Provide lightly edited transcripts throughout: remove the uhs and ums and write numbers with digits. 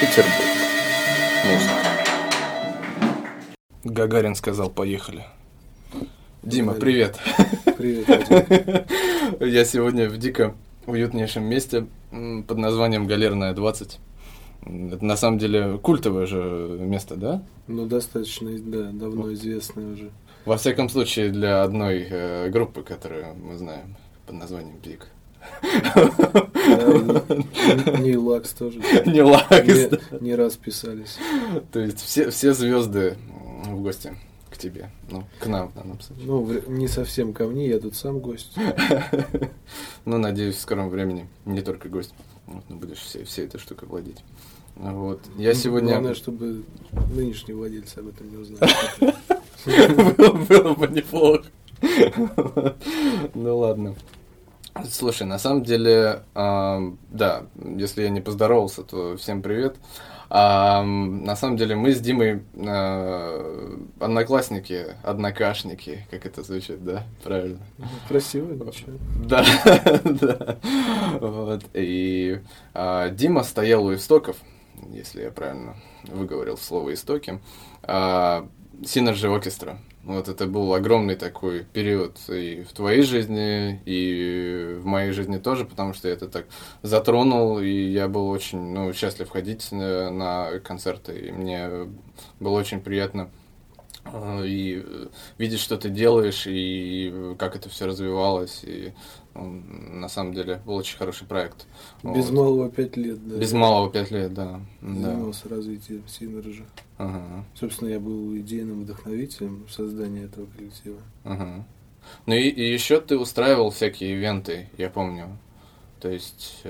Петербург. Музыка. Гагарин сказал: поехали. Дима, привет. Привет, Вадим. Я сегодня в дико уютнейшем месте под названием Галерная 20. Это на самом деле культовое же место, да? Ну, достаточно, да, давно известное уже. Во всяком случае, для одной группы, которую мы знаем под названием Пик. Не Лакс тоже. Не Лакс. Не раз писались. То есть все звезды в гости к тебе, ну, к нам в данном случае. Ну, не совсем ко мне, я тут сам гость. Ну, надеюсь, в скором времени не только гость, но будешь всей этой штукой владеть. Вот. Я сегодня... Главное, чтобы нынешние владельцы об этом не узнали. Было бы неплохо. Ну ладно. Слушай, на самом деле, да, если я не поздоровался, то всем привет. На самом деле мы с Димой однокашники, как это звучит, да? Правильно? Красиво, ничего. Да, да. Вот. И Дима стоял у истоков, если я правильно выговорил слово «истоки», Synergy Orchestra. Вот это был огромный такой период и в твоей жизни, и в моей жизни тоже, потому что я это так затронул, и я был очень счастлив ходить на концерты, и мне было очень приятно и видеть, что ты делаешь, и как это все развивалось, и на самом деле был очень хороший проект. Без малого 5 лет, да. Без малого 5 лет, да. Занимался развитием Synergy. Ага. Собственно, я был идейным вдохновителем создания этого коллектива. Ага. Ну и еще ты устраивал всякие ивенты, я помню. То есть,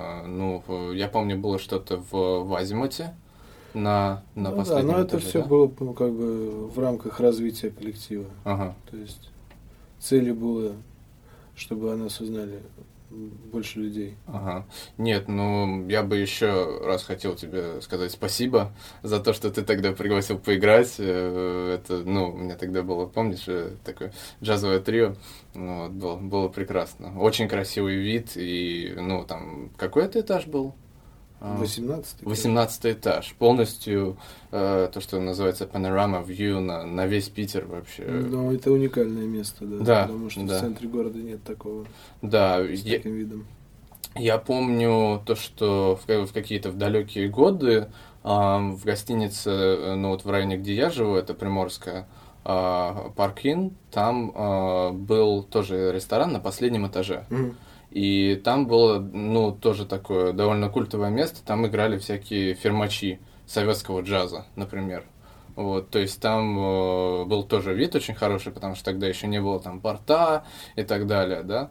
я помню, было что-то в Азимуте на последнем но этаже, это все было как бы в рамках развития коллектива. Ага. То есть целью было, чтобы о нас узнали больше людей. Ага. Нет, я бы еще раз хотел тебе сказать спасибо за то, что ты тогда пригласил поиграть. Это, у меня тогда было, помнишь, такое джазовое трио. Было прекрасно. Очень красивый вид. И, там, какой это этаж был? 18-й. 18-й этаж. Полностью то, что называется Panorama View на весь Питер вообще. Ну, это уникальное место, да. Да, потому что в центре города нет такого. Да. С таким видом. Я помню то, что в какие-то далекие годы в гостинице, в районе, где я живу, это Приморская, Парк-Ин, там был тоже ресторан на последнем этаже. Mm. И там было, тоже такое довольно культовое место. Там играли всякие фермачи советского джаза, например. Вот, то есть там был тоже вид очень хороший, потому что тогда еще не было там порта и так далее, да.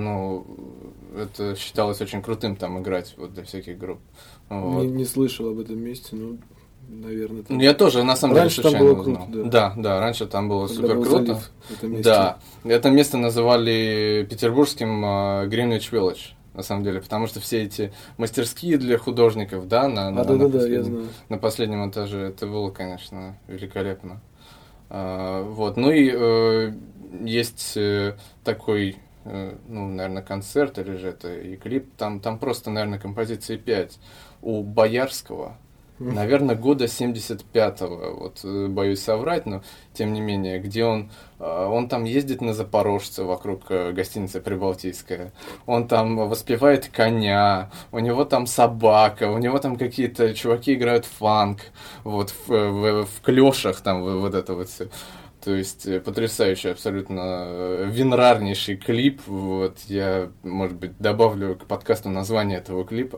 Это считалось очень крутым там играть вот для всяких групп. Вот. Не слышал об этом месте, наверное. Там... Я тоже, на самом деле, случайно там было узнал. Круто, да, раньше там было когда супер был круто. Да, это место называли петербургским Greenwich Village, на самом деле, потому что все эти мастерские для художников, да, я знаю. На последнем этаже, это было, конечно, великолепно. Вот, и есть такой, наверное, концерт, или же это и клип, там просто, наверное, композиции 5 у Боярского. Наверное, года 75-го, вот боюсь соврать, но тем не менее, где он там ездит на Запорожце вокруг гостиницы Прибалтийская, он там воспевает коня, у него там собака, у него там какие-то чуваки играют фанк, вот в клёшах там вот это вот все. То есть потрясающий, абсолютно винрарнейший клип. Вот я, может быть, добавлю к подкасту название этого клипа.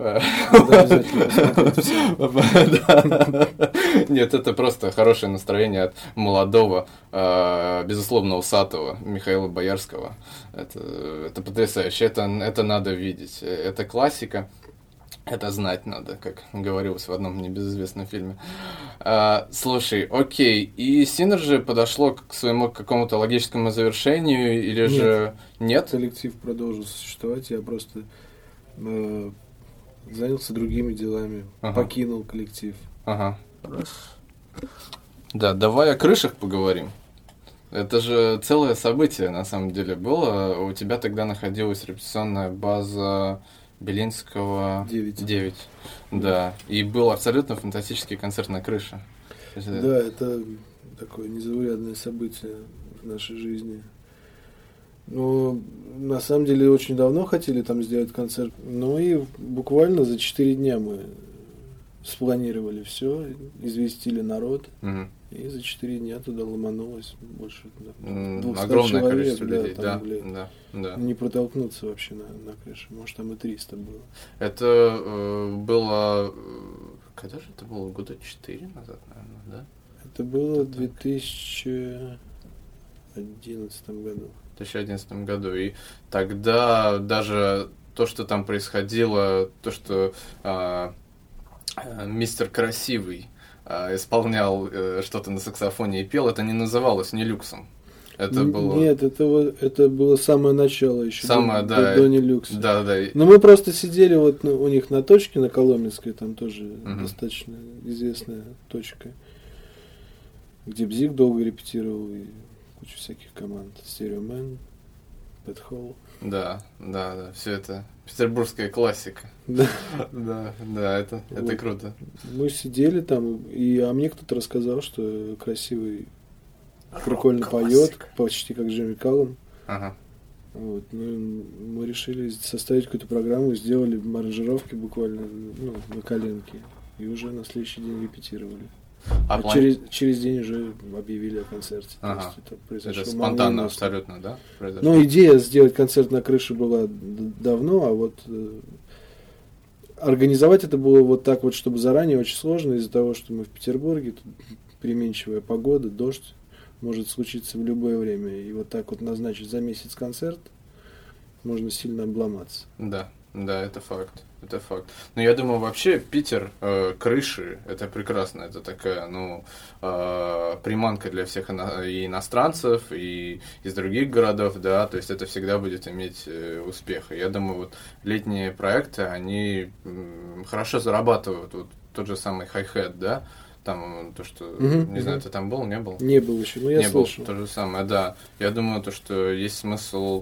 Нет, это просто хорошее настроение от молодого, безусловно, усатого Михаила Боярского. Это потрясающе. Это надо видеть. Это классика. Это знать надо, как говорилось в одном небезызвестном фильме. Слушай, окей, и Synergy подошло к своему какому-то логическому завершению, или же нет? Коллектив продолжил существовать, я просто занялся другими делами, покинул коллектив. Ага. Да, давай о крышах поговорим. Это же целое событие, на самом деле, было. У тебя тогда находилась репетиционная база Белинского 9. 9. Да. И был абсолютно фантастический концерт на крыше. Да, это такое незаурядное событие в нашей жизни. Но на самом деле очень давно хотели там сделать концерт. Ну и буквально за 4 дня мы спланировали все, известили народ. Угу. И за 4 дня туда ломанулось больше 200 огромное человек. количество Да, людей, там, да. Не протолкнуться вообще на крыше. Может, там и 300 было. Это было... Когда же это было? Года 4 назад, наверное, да? Это было в 2011 году. В 2011 году. И тогда даже то, что там происходило, то, что мистер Красивый исполнял что-то на саксофоне и пел, это не называлось не люксом. Это было... Нет, это было самое начало еще. До Нелюкса. Да. Но мы просто сидели вот у них на точке, на Коломенской, там тоже достаточно известная точка, где Бзик долго репетировал и куча всяких команд. Стереомен, Пэт Холл. Да, все это петербургская классика. Да, это круто. Мы сидели там, а мне кто-то рассказал, что Красивый прикольно поет, почти как Джимми Каллум. Ага. Вот, ну, мы решили составить какую-то программу, сделали аранжировки буквально на коленке. И уже на следующий день репетировали. Через день уже объявили о концерте. Ага. То есть это произошло это спонтанно абсолютно, да? Произошло? Ну, идея сделать концерт на крыше была давно, а вот организовать это было вот так вот, чтобы заранее, очень сложно, из-за того, что мы в Петербурге, тут переменчивая погода, дождь может случиться в любое время. И вот так вот назначить за месяц концерт, можно сильно обломаться. Да, это факт. Но я думаю, вообще Питер, крыши, это прекрасно. Это такая, приманка для всех и иностранцев, и из других городов, да. То есть это всегда будет иметь успех. И я думаю, вот летние проекты, они хорошо зарабатывают. Вот тот же самый Hi-Hat, да. Там то, что, не знаю, ты там был, не был? Не был еще, но я слышал. То же самое, да. Я думаю, то, что есть смысл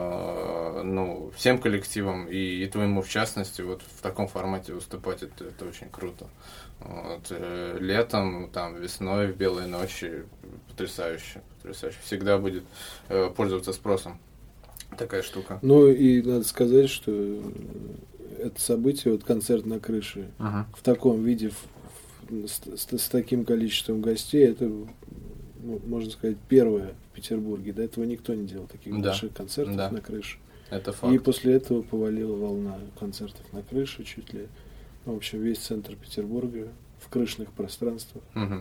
всем коллективам и твоему в частности вот в таком формате выступать, это очень круто. Вот, летом, там, весной, в белые ночи потрясающе. Всегда будет пользоваться спросом такая штука. Ну и надо сказать, что это событие, вот концерт на крыше, в таком виде, с таким количеством гостей, это, можно сказать, первое в Петербурге. До этого никто не делал таких больших концертов на крыше. Это факт. И после этого повалила волна концертов на крыше, чуть ли, в общем, весь центр Петербурга в крышных пространствах.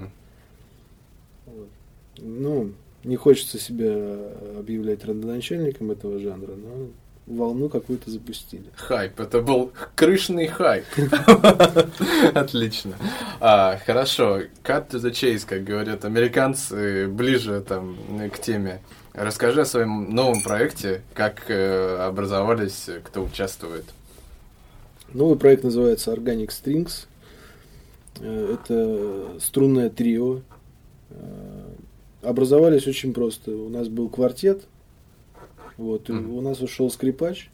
Вот. Ну, не хочется себя объявлять родоначальником этого жанра, но волну какую-то запустили. Хайп, это был крышный хайп. Отлично. Хорошо, cut to the chase, как говорят американцы, ближе там к теме. Расскажи о своем новом проекте, как образовались, кто участвует. Новый проект называется Organic Strings. Это струнное трио. Образовались очень просто. У нас был квартет. Вот, у нас ушел скрипач.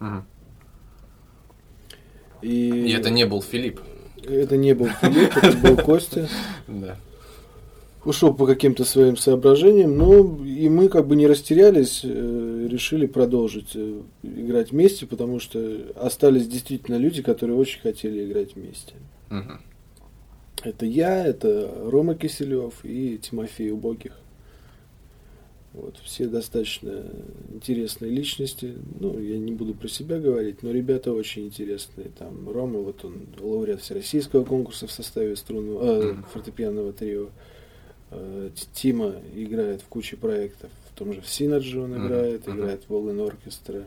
И это не был Филипп. Это не был Филипп, это был Костя. Да. Ушел по каким-то своим соображениям, но и мы как бы не растерялись, решили продолжить играть вместе, потому что остались действительно люди, которые очень хотели играть вместе. Это я, это Рома Киселев и Тимофей Убогих. Вот, все достаточно интересные личности. Ну, я не буду про себя говорить, но ребята очень интересные. Там Рома, вот он лауреат всероссийского конкурса в составе фортепианного трио. Тима играет в куче проектов. В том же в Synergy он играет в Волн Оркестра.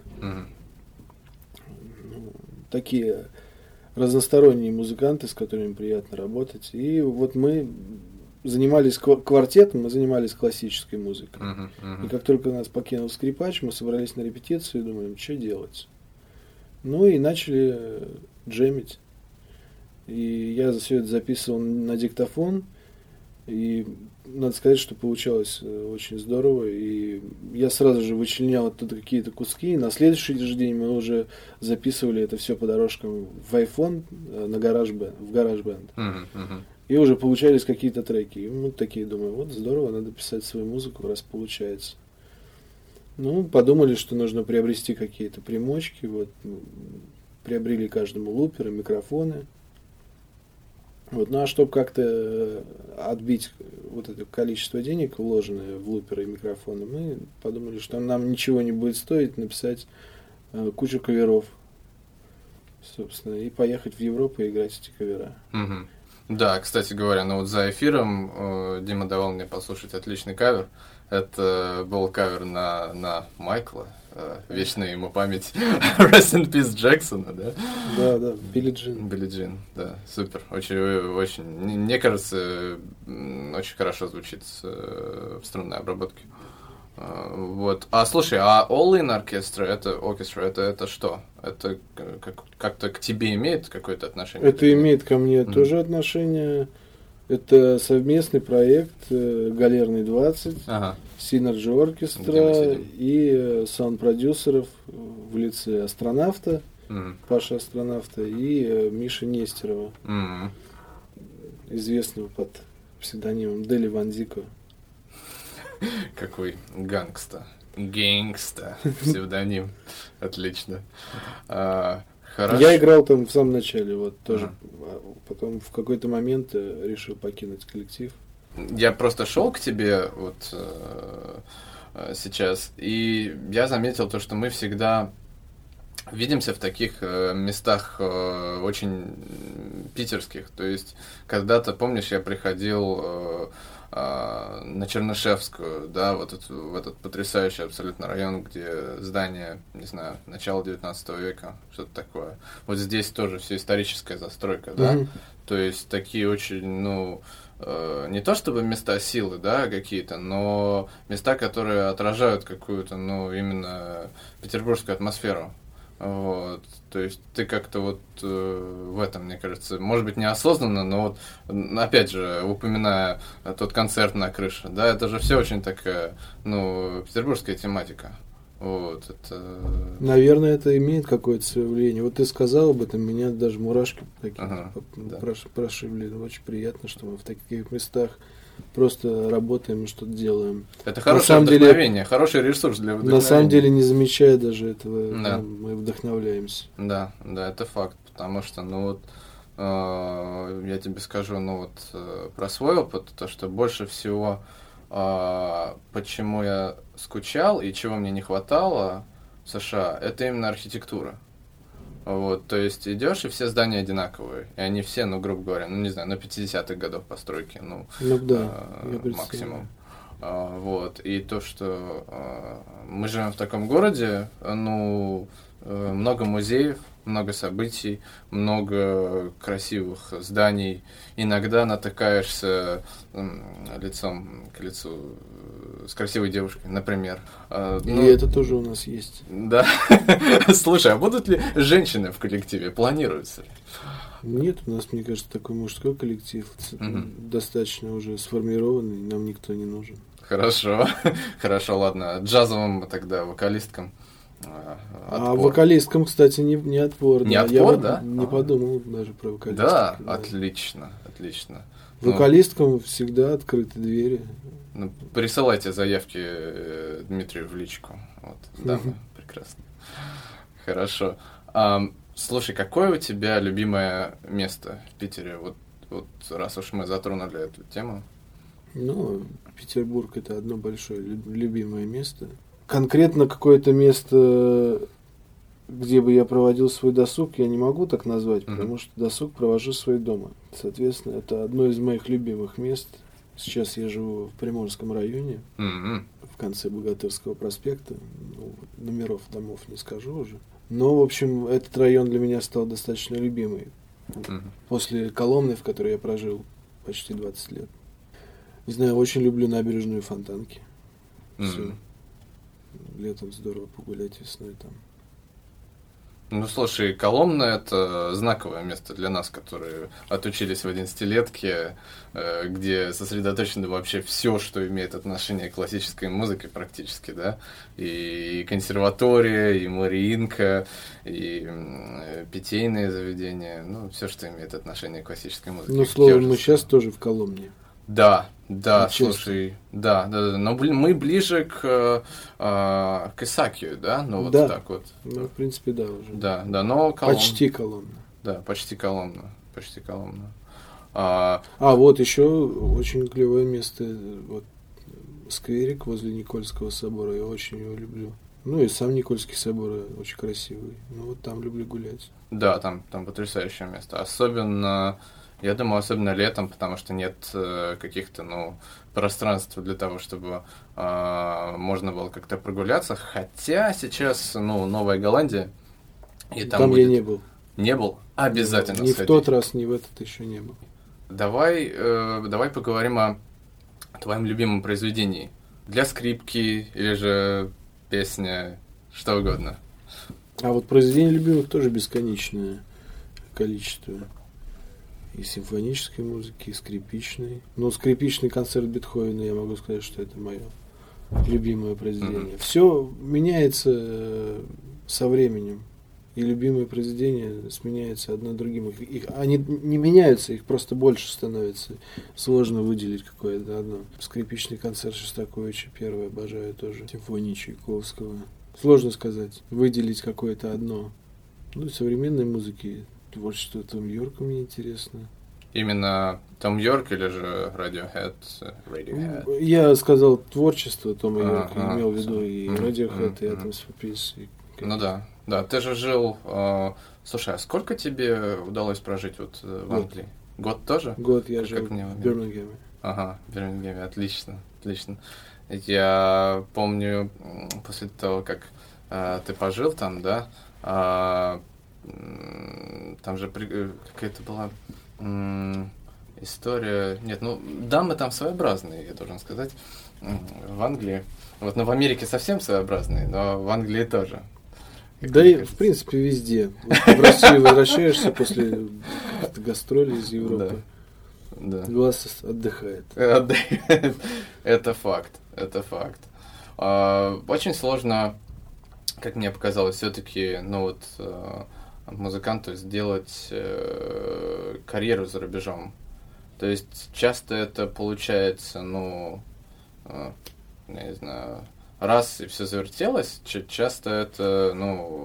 Такие разносторонние музыканты, с которыми приятно работать. И вот мы занимались квартетом, мы занимались классической музыкой. И как только нас покинул скрипач, мы собрались на репетицию и думаем, что делать. Ну и начали джемить. И я все это записывал на диктофон. И надо сказать, что получалось очень здорово. И я сразу же вычленял оттуда какие-то куски. И на следующий же день мы уже записывали это все по дорожкам в iPhone, в GarageBand. И уже получались какие-то треки. И мы такие думаем, вот здорово, надо писать свою музыку, раз получается. Ну, подумали, что нужно приобрести какие-то примочки. Вот, приобрели каждому луперы, микрофоны. Вот, ну а чтобы как-то отбить вот это количество денег, вложенное в луперы и микрофоны, мы подумали, что нам ничего не будет стоить написать кучу каверов, собственно, и поехать в Европу и играть эти кавера. Угу. Да, кстати говоря, ну вот за эфиром Дима давал мне послушать отличный кавер. Это был кавер на Майкла, вечная ему память, Rest in Peace Джексона, да? Да, Билли Джин. Билли Джин, да, супер, очень, мне кажется, очень хорошо звучит в струнной обработке. Вот. А слушай, а All In Orchestra, это что? Это как-то к тебе имеет какое-то отношение? Это имеет ко мне тоже отношение. Это совместный проект Галерный 20, Synergy Orchestra и саунд-продюсеров в лице Астронавта, Паши Астронавта и Миши Нестерова, известного под псевдонимом Дели Ван Дико. Какой гангста псевдоним. Отлично. Хорошо. Я играл там в самом начале, вот тоже. Потом в какой-то момент решил покинуть коллектив. Я просто шел к тебе вот сейчас, и я заметил то, что мы всегда видимся в таких местах очень питерских. То есть, когда-то, помнишь, я приходил на Чернышевскую, да, вот в этот потрясающий абсолютно район, где здание, не знаю, начала 19 века, что-то такое. Вот здесь тоже все историческая застройка, да, то есть такие очень, ну, не то чтобы места силы, да, какие-то, но места, которые отражают какую-то, ну, именно петербургскую атмосферу. Вот, то есть ты как-то вот в этом, мне кажется, может быть, неосознанно, но вот, опять же, упоминая тот концерт на крыше, да, это же все очень такая, ну, петербургская тематика. Вот, это... Наверное, это имеет какое-то свое влияние. Вот ты сказал об этом, меня даже мурашки такие прошибли. Очень приятно, что мы в таких местах просто работаем и что-то делаем. Это хорошее вдохновение, хороший ресурс для вдохновения. На самом деле, не замечая даже этого, мы вдохновляемся. Да, это факт, потому что, ну вот, я тебе скажу, ну вот, про свой опыт, то, что больше всего, почему я скучал и чего мне не хватало в США, это именно архитектура. Вот, то есть идешь, и все здания одинаковые. И они все, ну, грубо говоря, ну, не знаю, на 50-х годов постройки, максимум. Вот, и то, что мы живем в таком городе, ну, много музеев, много событий, много красивых зданий. Иногда натыкаешься лицом к лицу с красивой девушкой, например. И это тоже у нас есть. Да. Слушай, а будут ли женщины в коллективе? Планируется ли? Нет, у нас, мне кажется, такой мужской коллектив достаточно уже сформированный, нам никто не нужен. Хорошо, ладно. Джазовым тогда вокалисткам. А вокалисткам, кстати, не отпор. Не отпор, да? Не подумал даже про вокалистов. Да, отлично. Вокалисткам всегда открыты двери. Ну, присылайте заявки Дмитрию в личку. Вот, дамы, прекрасно. Хорошо. Слушай, какое у тебя любимое место в Питере? Вот раз уж мы затронули эту тему. Ну, Петербург — это одно большое любимое место. Конкретно какое-то место, где бы я проводил свой досуг, я не могу так назвать, потому что досуг провожу свой дома. Соответственно, это одно из моих любимых мест. Сейчас я живу в Приморском районе, в конце Богатырского проспекта. Ну, номеров домов не скажу уже. Но, в общем, этот район для меня стал достаточно любимый. После Коломны, в которой я прожил почти 20 лет. Не знаю, очень люблю набережную Фонтанки. Все. Летом здорово погулять, весной там. Ну, слушай, Коломна — это знаковое место для нас, которые отучились в 11-летке, где сосредоточено вообще все, что имеет отношение к классической музыке практически, да, и консерватория, и Мариинка, и питейные заведения, ну, все, что имеет отношение к классической музыке. Ну, словом, мы сейчас тоже в Коломне. Да, Честно. слушай, да, но мы ближе к Исаакию, да, ну вот Да. так вот. Ну, в принципе, да, уже. Да, но Коломна. Почти Коломна. Да, почти Коломна. Вот еще очень клевое место, вот скверик возле Никольского собора, я очень его люблю. Ну и сам Никольский собор очень красивый. Ну вот там люблю гулять. Да, там потрясающее место. Особенно, я думаю, особенно летом, потому что нет каких-то, пространств для того, чтобы можно было как-то прогуляться. Хотя сейчас, Новая Голландия, и Там будет... я не был. Не был? Обязательно Ни сходи. в тот раз, ни в этот еще не был. Давай поговорим о твоем любимом произведении. Для скрипки или же песня, что угодно. А вот произведений любимых тоже бесконечное количество. И симфонической музыки, и скрипичной. Ну, скрипичный концерт Бетховена, я могу сказать, что это мое любимое произведение. Все меняется со временем. И любимые произведения сменяются одно другим. Они не меняются, их просто больше становится. Сложно выделить какое-то одно. Скрипичный концерт Шостаковича первый обожаю тоже. Симфонии Чайковского. Сложно сказать, выделить какое-то одно. Ну, современной музыки, творчество Том Йорка мне интересно. Именно Том Йорк или же Radiohead? Я сказал творчество Тома Йорка, имел в виду и Radiohead, и Atoms for Peace. Ну да. Да, ты же жил... Слушай, а сколько тебе удалось прожить вот в Англии? Год тоже? Год я жил в Бирмингеме. Ага, в Бирмингеме, отлично. Я помню, после того, как ты пожил там, да, там же какая-то была история... Нет, дамы там своеобразные, я должен сказать, в Англии. Вот, в Америке совсем своеобразные, но в Англии тоже. Да и, в принципе, везде. Вот в Россию возвращаешься после гастролей из Европы. Да. Глаз отдыхает. Это факт. Очень сложно, как мне показалось, все-таки, музыканту сделать карьеру за рубежом. То есть часто это получается, я не знаю, раз и все завертелось, часто это,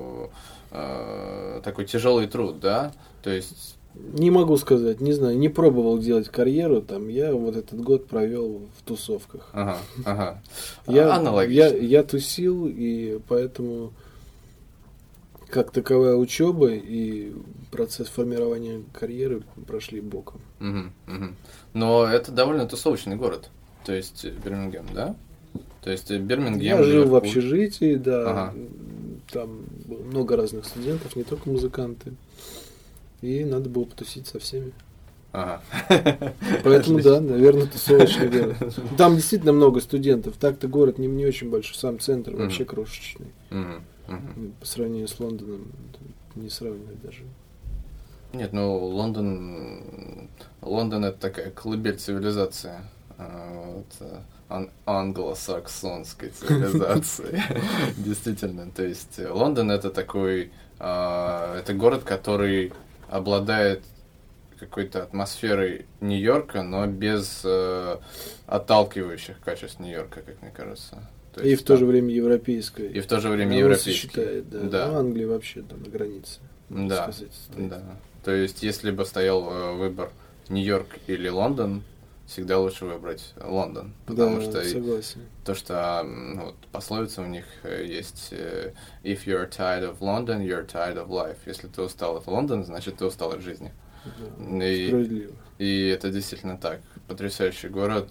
такой тяжелый труд, да? То есть... Не могу сказать, не знаю, не пробовал делать карьеру, там, я вот этот год провел в тусовках. Ага. Аналогично. Я тусил, и поэтому как таковая учеба и процесс формирования карьеры прошли боком. Но это довольно тусовочный город, то есть Бирмингем, да? То есть Бирмингем... Я жил в общежитии, да, там было много разных студентов, не только музыканты, и надо было потусить со всеми. Поэтому, да, наверное, тусовочный город. Там действительно много студентов, так-то город не очень большой, сам центр вообще крошечный. По сравнению с Лондоном не сравнивать даже. Нет, Лондон это такая колыбель цивилизации. Англосаксонской цивилизации. Действительно. То есть Лондон это такой... это город, который обладает какой-то атмосферой Нью-Йорка, но без отталкивающих качеств Нью-Йорка, как мне кажется. То есть, в то же время европейская. И в то же время европейская. Сочетает, да. Ну, Англия вообще там на границе. Да. То есть, если бы стоял выбор Нью-Йорк или Лондон, всегда лучше выбрать Лондон. Потому что согласен. То, что пословица у них есть if you're tired of London, you're tired of life. Если ты устал от Лондона, значит ты устал от жизни. Да, справедливо. И это действительно так. Потрясающий город.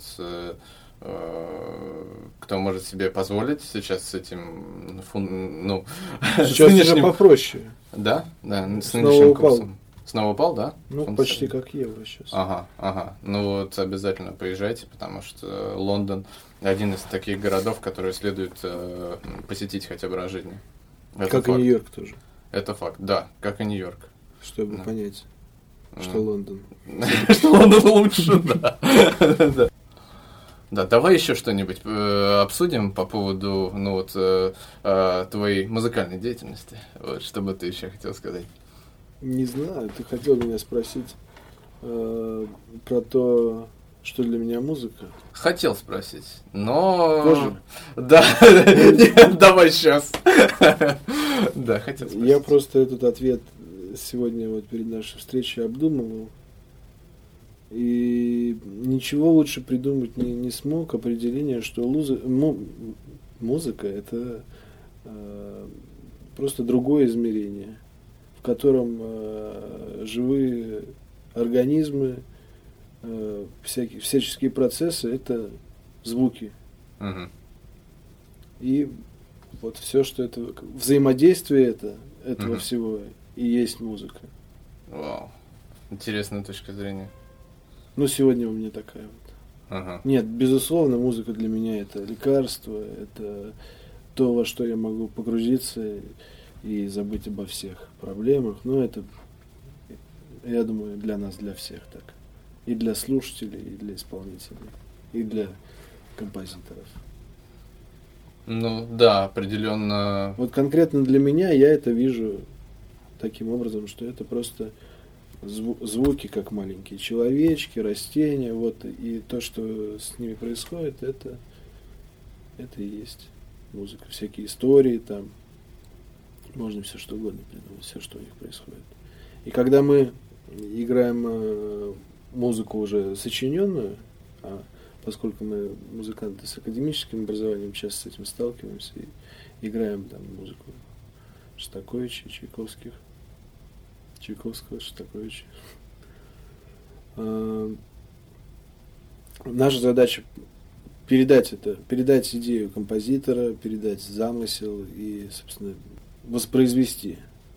Кто может себе позволить сейчас с этим, сейчас уже попроще. Да, с Снова нынешним упал. курсом. Снова упал, да? Почти как евро сейчас. Ага. Обязательно поезжайте, потому что Лондон один из таких городов, которые следует посетить хотя бы раз в жизни. Как и Нью-Йорк тоже. Это факт, да, как и Нью-Йорк. Чтобы понять, что Лондон. Что Лондон лучше, да. Да, давай еще что-нибудь обсудим по поводу, твоей музыкальной деятельности. Вот, что бы ты еще хотел сказать? Не знаю, ты хотел меня спросить про то, что для меня музыка. Хотел спросить, но... Позже? Да, нет, давай сейчас. Да, хотел спросить. Я просто этот ответ сегодня вот перед нашей встречей обдумывал. И ничего лучше придумать не смог. Определение, что музыка это просто другое измерение, в котором живые организмы, всяческие процессы это звуки. Угу. И вот все, что это взаимодействие этого всего и есть музыка. Вау. Интересная точка зрения. Ну, сегодня у меня такая вот. Ага. Нет, безусловно, музыка для меня это лекарство, это то, во что я могу погрузиться и забыть обо всех проблемах. Но это, я думаю, для нас, для всех так. И для слушателей, и для исполнителей, и для композиторов. Ну, да, определенно. Вот конкретно для меня я это вижу таким образом, что это просто звуки, как маленькие человечки, растения, вот, и то, что с ними происходит, это и есть музыка. Всякие истории там, можно все что угодно придумать, все, что у них происходит. И когда мы играем музыку уже сочиненную, поскольку мы музыканты с академическим образованием, часто с этим сталкиваемся и играем там музыку Шостаковича, Чайковского, Шостаковича. Наша задача передать идею композитора, передать замысел и, собственно, воспроизвести.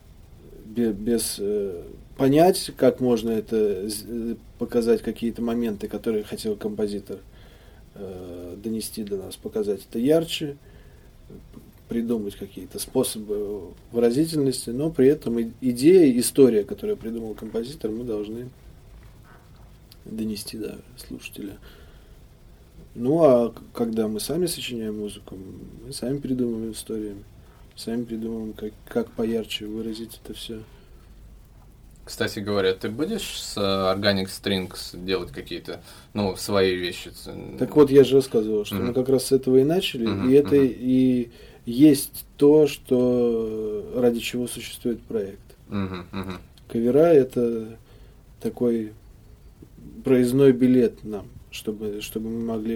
Понять, как можно это показать, какие-то моменты, которые хотел композитор донести до нас, показать это ярче, придумать какие-то способы выразительности, но при этом идея, история, которую придумал композитор, мы должны донести до слушателя. Ну, а когда мы сами сочиняем музыку, мы сами придумываем истории, сами придумываем, как поярче выразить это все. Кстати говоря, ты будешь с Organic Strings делать какие-то, свои вещи? Так вот, я же рассказывал, что мы как раз с этого и начали, и это и есть то, что ради чего существует проект. Кавера — это такой проездной билет нам, чтобы мы могли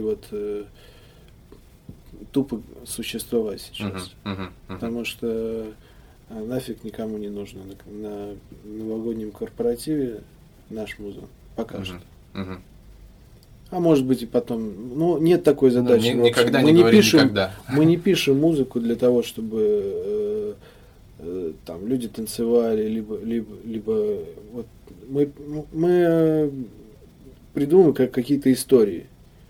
тупо существовать сейчас. Потому что нафиг никому не нужно на новогоднем корпоративе наш музон. Пока что. А может быть и потом. Нет такой задачи. Никогда не говори никогда. Мы не пишем музыку для того, чтобы там люди танцевали, либо вот мы придумываем какие-то истории.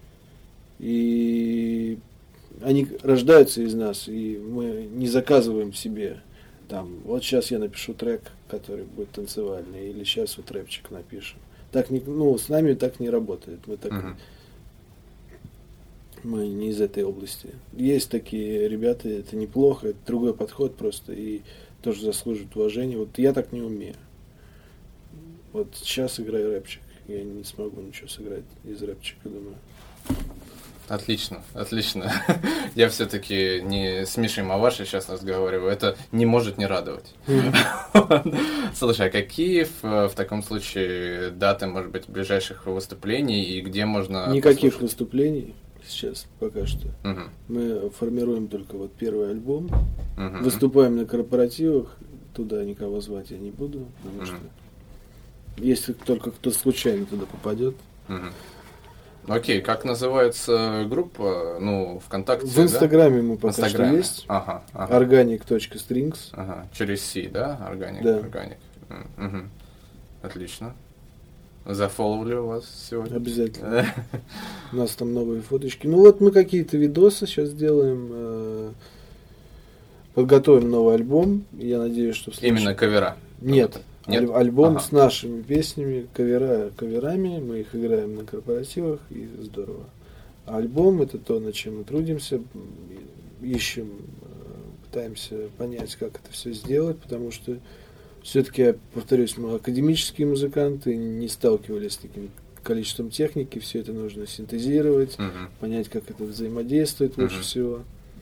И они рождаются из нас, и мы не заказываем себе. Там, вот сейчас я напишу трек, который будет танцевальный, или сейчас вот рэпчик напишем. Так с нами так не работает. Мы не из этой области. Есть такие ребята, это неплохо, это другой подход просто, и тоже заслуживает уважения. Вот я так не умею. Вот сейчас играю рэпчик, я не смогу ничего сыграть из рэпчика, думаю. Отлично. Я все-таки не с Мишей Мавашей сейчас разговариваю. Это не может не радовать. Слушай, а какие в таком случае даты, может быть, ближайших выступлений и где можно... Никаких выступлений сейчас пока что. Мы формируем только первый альбом. Выступаем на корпоративах. Туда никого звать я не буду, потому что если только кто случайно туда попадет. Окей, как называется группа? ВКонтакте, в Инстаграме, да? Мы пока что есть. Ага. Organic.strings. Ага, через C, да? Organic. Да. Угу. Отлично. Зафоловлю вас сегодня. Обязательно. У нас там новые фоточки. Мы какие-то видосы сейчас делаем. подготовим новый альбом. Я надеюсь, что Именно кавера? Нет. Нет? Альбом с нашими песнями, каверами. Мы их играем на корпоративах, и здорово. А альбом — это то, над чем мы трудимся, ищем, пытаемся понять, как это все сделать, потому что все-таки, я повторюсь, мы академические музыканты, не сталкивались с таким количеством техники, все это нужно синтезировать, понять, как это взаимодействует лучше всего.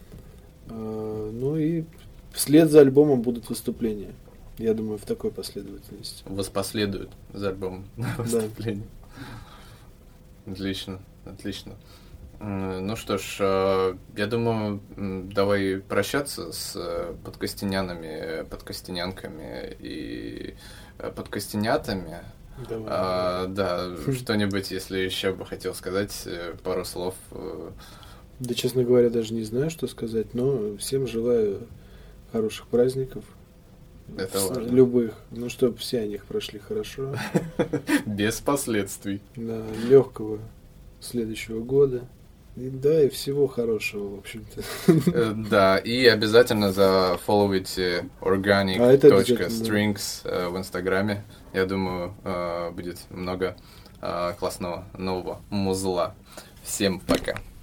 Ну и вслед за альбомом будут выступления. Я думаю, в такой последовательности. Воспоследуют за альбомом выступления. Отлично, отлично. Ну что ж, я думаю, давай прощаться с подкастинянами, подкастинянками и подкастинятами. Да, что-нибудь, если еще бы хотел сказать, пару слов. Да, честно говоря, даже не знаю, что сказать, но всем желаю хороших праздников. Это важно. Любых. Ну, чтобы все о них прошли хорошо. Без последствий. Да, легкого следующего года. И да, и всего хорошего, в общем-то. Да, и обязательно зафолловите organic.strings в Инстаграме. Я думаю, будет много классного нового музла. Всем пока.